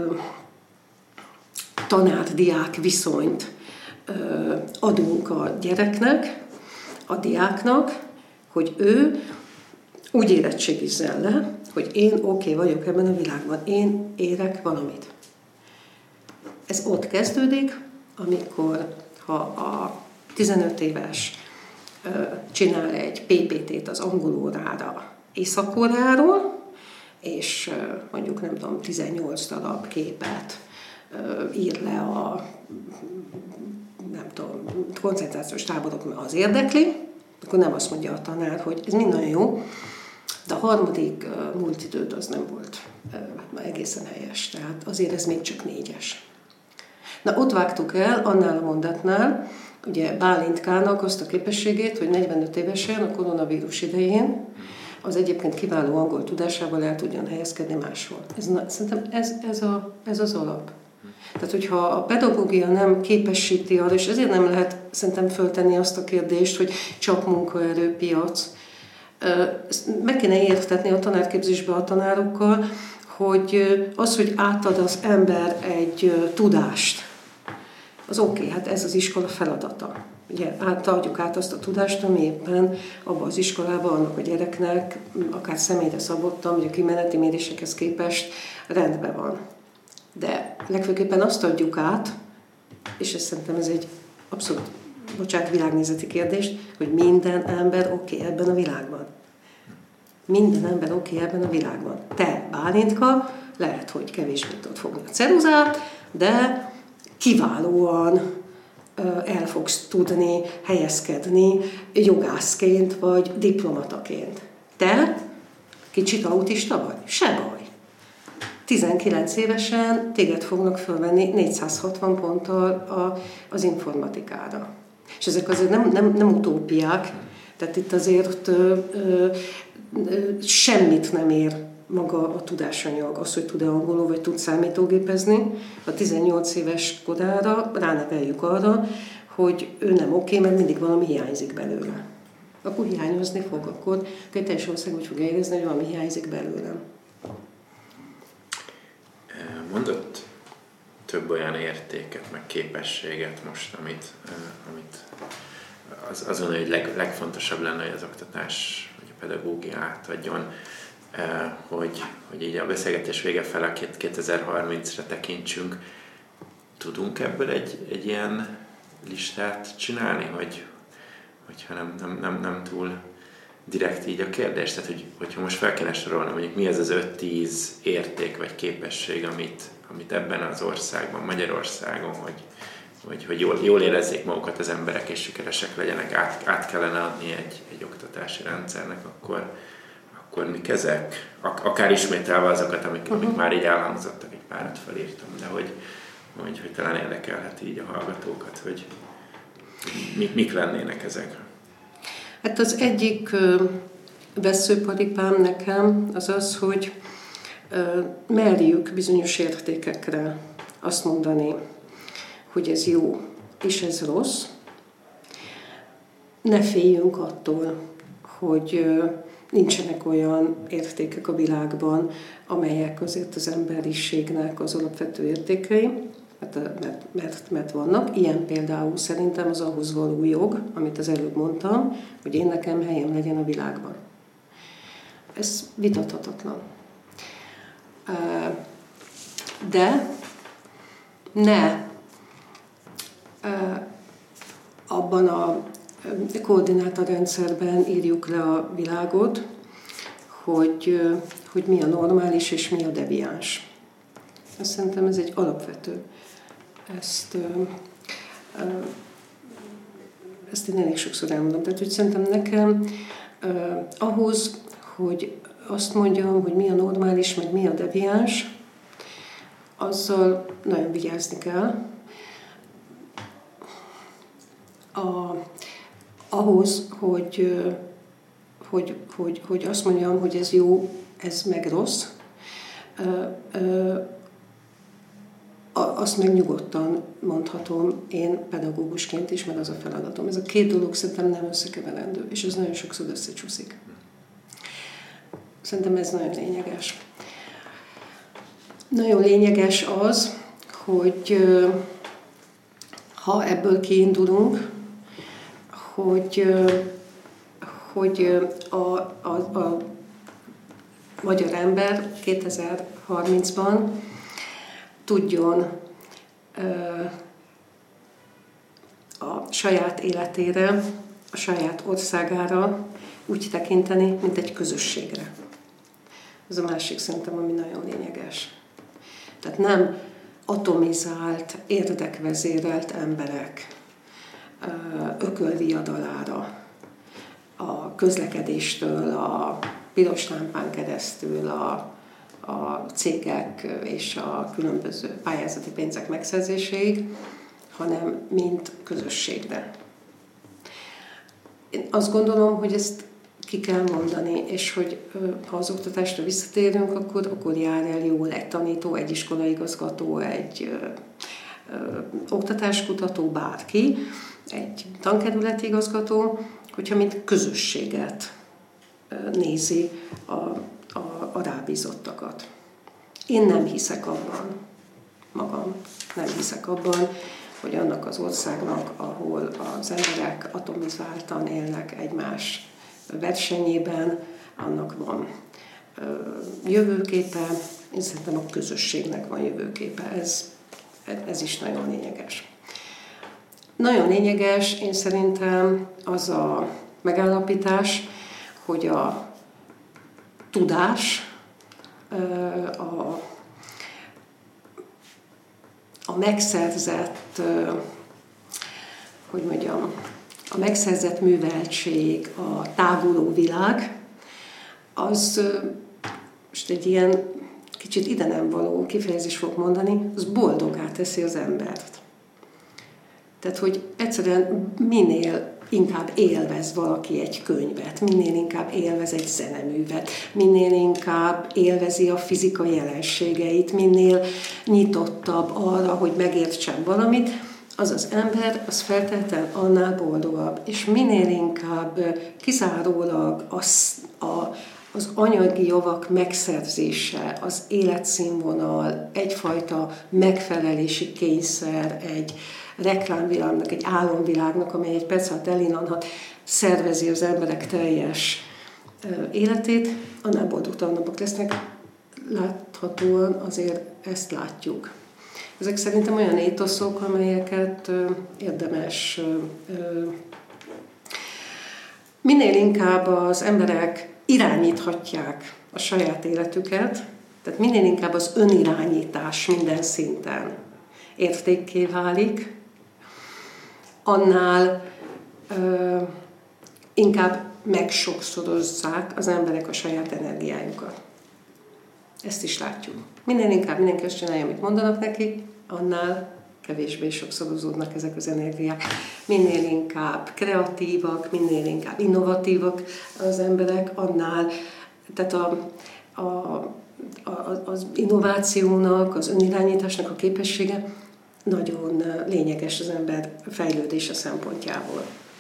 C: tanár-diák viszonyt ö, adunk a gyereknek, a diáknak, hogy ő úgy érettségizzen le, hogy én oké okay vagyok ebben a világban, én érek valamit. Ez ott kezdődik, amikor ha a tizenöt éves ö, csinál egy pé pé té-t az angol órára Észak-Koreáról, és ö, mondjuk nem tudom, tizennyolc darab képet ö, ír le a nem tudom, koncentrációs táborok az érdekli, akkor nem azt mondja a tanár, hogy ez mind nagyon jó, de a harmadik uh, múlt időd az nem volt uh, egészen helyes, tehát azért ez még csak négyes. Na ott vágtuk el annál a mondatnál, ugye Bálintkának azt a képességét, hogy negyvenöt évesen a koronavírus idején az egyébként kiváló angol tudásával el tudjon helyezkedni máshol. Ez, na, szerintem ez, ez, a, ez az alap. Tehát, hogyha a pedagógia nem képesíti arra, és ezért nem lehet szerintem föltenni azt a kérdést, hogy csak munkaerőpiac. Meg kéne értetni a tanárképzésbe a tanárokkal, hogy az, hogy átad az ember egy tudást, az oké, okay, hát ez az iskola feladata. Ugye átadjuk át azt a tudást, ami éppen abban az iskolában annak a gyereknek, akár személyre szabottan, vagy a kimeneti mérésekhez képest rendben van. De legfőképpen azt adjuk át, és ezt szerintem ez egy abszolút, bocsánat, világnézeti kérdés, hogy minden ember oké okay ebben a világban. Minden ember oké okay ebben a világban. Te, Bálintka, lehet, hogy kevésbé tudod fogni a ceruzát, de kiválóan el fogsz tudni helyezkedni jogászként vagy diplomataként. Te kicsit autista vagy? Se baj. tizenkilenc évesen téged fognak fölvenni négyszázhatvan ponttal a, az informatikára. És ezek azért nem, nem, nem utópiák, tehát itt azért ö, ö, ö, semmit nem ér maga a tudásanyag, az, hogy tud-e angolul, vagy tud számítógépezni. A tizennyolc éves korára ráneveljük arra, hogy ő nem oké, mert mindig valami hiányzik belőle. Akkor hiányozni fog, akkor egy teljes ország úgy fogja érezni, hogy valami hiányzik belőlem.
B: Mondott több olyan értéket, meg képességet most, amit, amit az, azon, hogy leg, legfontosabb lenne, hogy az oktatás, vagy a pedagógia átadjon. hogy, hogy így a beszélgetés vége fel a kétezer-harmincra tekintsünk. Tudunk ebből egy, egy ilyen listát csinálni, hogy, hogyha nem, nem, nem, nem túl direkt így a kérdés? Tehát, hogy, hogyha most fel kellene sorolni, mondjuk mi az az öt-tíz érték vagy képesség, amit, amit ebben az országban, Magyarországon, hogy, hogy, hogy jól, jól érezzék magukat az emberek és sikeresek legyenek, át, át kellene adni egy, egy oktatási rendszernek, akkor, akkor mik ezek? Akár ismételve azokat, amik, uh-huh. amik már így elhangzottak, egy párat felírtam, de hogy, hogy, hogy talán érdekelhet így a hallgatókat, hogy mik, mik lennének ezek.
C: Hát az egyik vesszőparipám nekem az az, hogy merjük bizonyos értékekre azt mondani, hogy ez jó és ez rossz. Ne féljünk attól, hogy nincsenek olyan értékek a világban, amelyek azért az emberiségnek az alapvető értékei, mert, mert, mert, mert vannak. Ilyen például szerintem az ahhoz való jog, amit az előbb mondtam, hogy én nekem helyem legyen a világban. Ez vitathatatlan. De ne abban a koordinátorrendszerben írjuk le a világot, hogy, hogy mi a normális és mi a deviáns. Azt szerintem ez egy alapvető. Ezt, ezt én elég sokszor elmondom. Tehát, hogy szerintem nekem ahhoz, hogy azt mondjam, hogy mi a normális, meg mi a deviáns, azzal nagyon vigyázni kell. A, ahhoz, hogy, hogy, hogy, hogy azt mondjam, hogy ez jó, ez meg rossz, azt meg nyugodtan mondhatom én pedagógusként is, mert az a feladatom. Ez a két dolog szerintem nem összekeverendő, és ez nagyon sokszor összecsúszik. Szerintem ez nagyon lényeges. Nagyon lényeges az, hogy ha ebből kiindulunk, hogy, hogy a, a, a magyar ember kétezer-harmincban tudjon a saját életére, a saját országára úgy tekinteni, mint egy közösségre. Ez a másik szerintem, ami nagyon lényeges. Tehát nem atomizált, érdekvezérelt emberek ökölviadalára, a közlekedéstől, a piros lámpán keresztül, a, a cégek és a különböző pályázati pénzek megszerzéséig, hanem mint közösségre. Én azt gondolom, hogy ezt ki kell mondani, és hogy ha az oktatásra visszatérünk, akkor, akkor jár el jól egy tanító, egy iskolaigazgató, egy ö, ö, oktatáskutató, bárki, egy tankerületi igazgató, hogyha mint közösséget nézi a, a, a rábízottakat. Én nem hiszek abban, magam nem hiszek abban, hogy annak az országnak, ahol az emberek atomizáltan élnek egymás versenyében, annak van jövőképe, én szerintem a közösségnek van jövőképe, ez, ez is nagyon lényeges. Nagyon lényeges, én szerintem az a megállapítás, hogy a tudás, a, a megszerzett, hogy mondjam, a megszerzett műveltség, a táguló világ, az most egy ilyen kicsit ide nem való kifejezés fogok mondani, az boldoggá teszi az embert. Tehát, hogy egyszerűen minél inkább élvez valaki egy könyvet, minél inkább élvez egy zeneművet, minél inkább élvezi a fizikai jelenségeit, minél nyitottabb arra, hogy megértsen valamit, az az ember, az feltétlenül annál boldogabb. És minél inkább kizárólag az, a, az anyagi javak megszerzése, az életszínvonal, egyfajta megfelelési kényszer, egy reklámvilágnak, egy álomvilágnak, amely egy perc alatt elinlanhat, szervezi az emberek teljes életét, annál boldogtalanabbak lesznek. Láthatóan azért ezt látjuk. Ezek szerintem olyan étoszok, amelyeket érdemes minél inkább az emberek irányíthatják a saját életüket, tehát minél inkább az önirányítás minden szinten értékké válik, annál ö, inkább megsokszorozzák az emberek a saját energiájukat. Ezt is látjuk. Minél inkább mindenki azt csinálja, amit mondanak neki, annál kevésbé sokszorozódnak ezek az energiák. Minél inkább kreatívak, minél inkább innovatívak az emberek, annál, tehát a, a, a, az innovációnak, az önirányításnak a képessége nagyon lényeges az ember fejlődése szempontjából.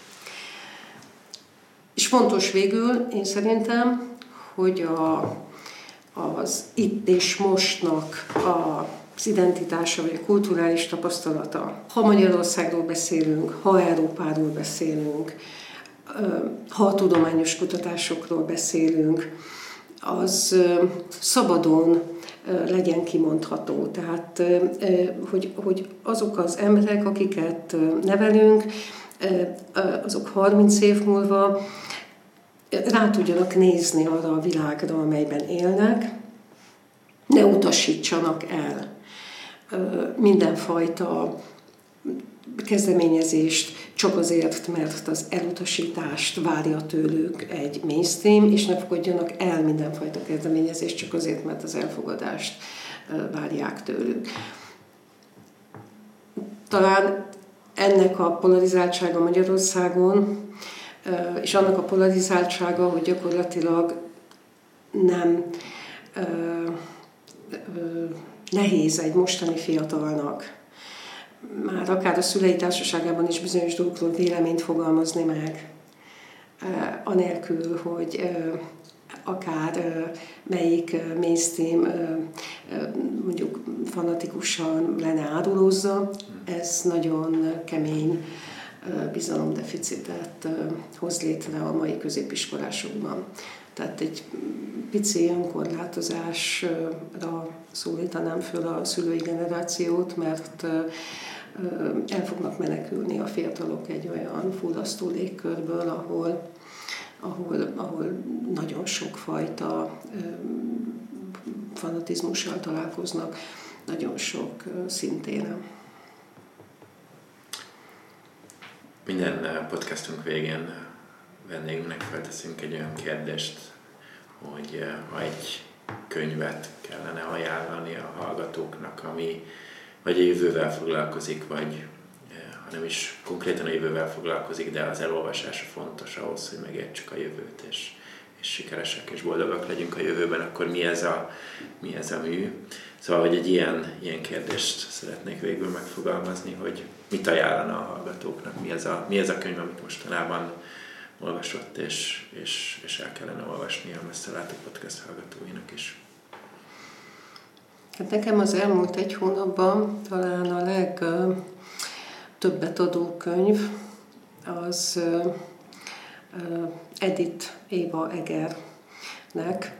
C: És fontos végül, én szerintem, hogy a, az itt és mostnak az identitása, vagy a kulturális tapasztalata, ha Magyarországról beszélünk, ha Európáról beszélünk, ha a tudományos kutatásokról beszélünk, az szabadon legyen kimondható. Tehát, hogy, hogy azok az emberek, akiket nevelünk, azok harminc év múlva rá tudjanak nézni arra a világra, amelyben élnek, ne utasítsanak el mindenfajta kezdeményezést csak azért, mert az elutasítást várja tőlük egy mainstream, és ne fogadjanak el mindenfajta kezdeményezést csak azért, mert az elfogadást várják tőlük. Talán ennek a polarizáltsága Magyarországon, és annak a polarizáltsága, hogy gyakorlatilag nem ö, ö, nehéz egy mostani fiatalnak már akár a szülei társaságában is bizonyos dolgokról véleményt fogalmazni meg, anélkül, hogy akár melyik mainstream mondjuk fanatikusan lenne árulózza, ez nagyon kemény bizalomdeficitet hoz létre a mai középiskolásokban. Tehát egy pici önkorlátozásra szólítanám föl a szülői generációt, mert el fognak menekülni a fiatalok egy olyan fullasztó légkörből, ahol, ahol, ahol nagyon sokfajta fanatizmussal találkoznak, nagyon sok szintéren.
B: Minden podcastunk végén vendégünknek felteszünk egy olyan kérdést, hogy ha egy könyvet kellene ajánlani a hallgatóknak, ami vagy a jövővel foglalkozik, vagy ha nem is konkrétan a jövővel foglalkozik, de az elolvasása fontos ahhoz, hogy megértsük a jövőt, és, és sikeresek és boldogak legyünk a jövőben, akkor mi ez a, mi ez a mű? Szóval, hogy egy ilyen, ilyen kérdést szeretnék végül megfogalmazni, hogy mit ajánlana a hallgatóknak, mi ez a, mi ez a könyv, amit mostanában olvasott, és, és, és el kellene olvasni a Messzelátó Podcast hallgatóinak is.
C: Hát nekem az elmúlt egy hónapban talán a legtöbbet adó könyv az Edith Éva Egernek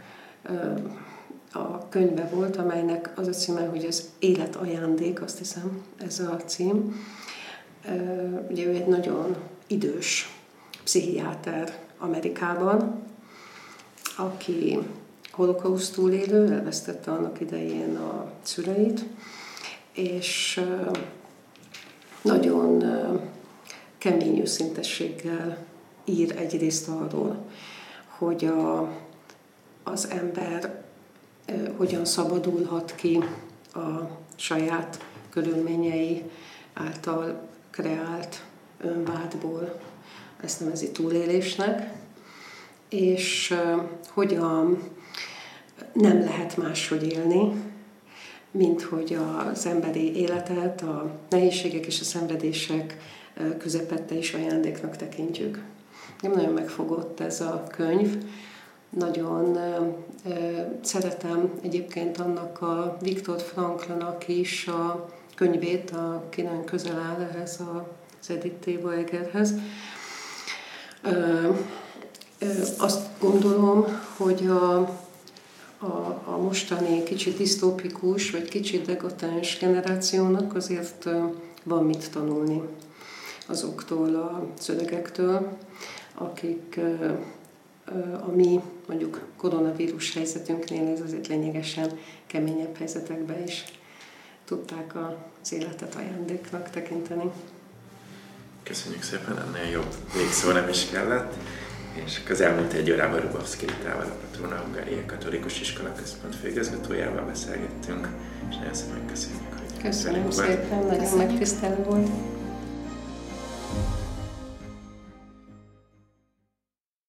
C: a könyve volt, amelynek az a címe, hogy az Élet ajándék, azt hiszem, ez a cím. Ugye ő egy nagyon idős pszichiáter Amerikában, aki holokauszt túlélő, elvesztette annak idején a szüleit, és nagyon kemény őszintességgel ír egyrészt arról, hogy a, az ember hogyan szabadulhat ki a saját körülményei által kreált önvádból, ezt nevezi túlélésnek, és hogyan nem lehet máshogy élni, mint hogy az emberi életet, a nehézségek és a szenvedések közepette is ajándéknak tekintjük. Nem nagyon megfogott ez a könyv. Nagyon szeretem egyébként annak a Viktor Franklnak is a könyvét, aki nagyon közel áll ehhez az Edith Éva Egerhez. Azt gondolom, hogy a, a, a mostani kicsit disztópikus, vagy kicsit degotáns generációnak azért van mit tanulni azoktól a szövegektől, akik a mi mondjuk koronavírus helyzetünknél ez azért lényegesen keményebb helyzetekben is tudták az életet ajándéknak tekinteni.
B: Köszönjük szépen, ennél jobb végszó nem is kellett. És az elmúlt egy órában Rubovszki Ritával, a Patrona Hungáriai Katolikus Iskola Központ főigazgatójával beszélgettünk, és nagyon szépen köszönjük, hogy
C: Köszönöm szépen, nagyon megtisztelő volt.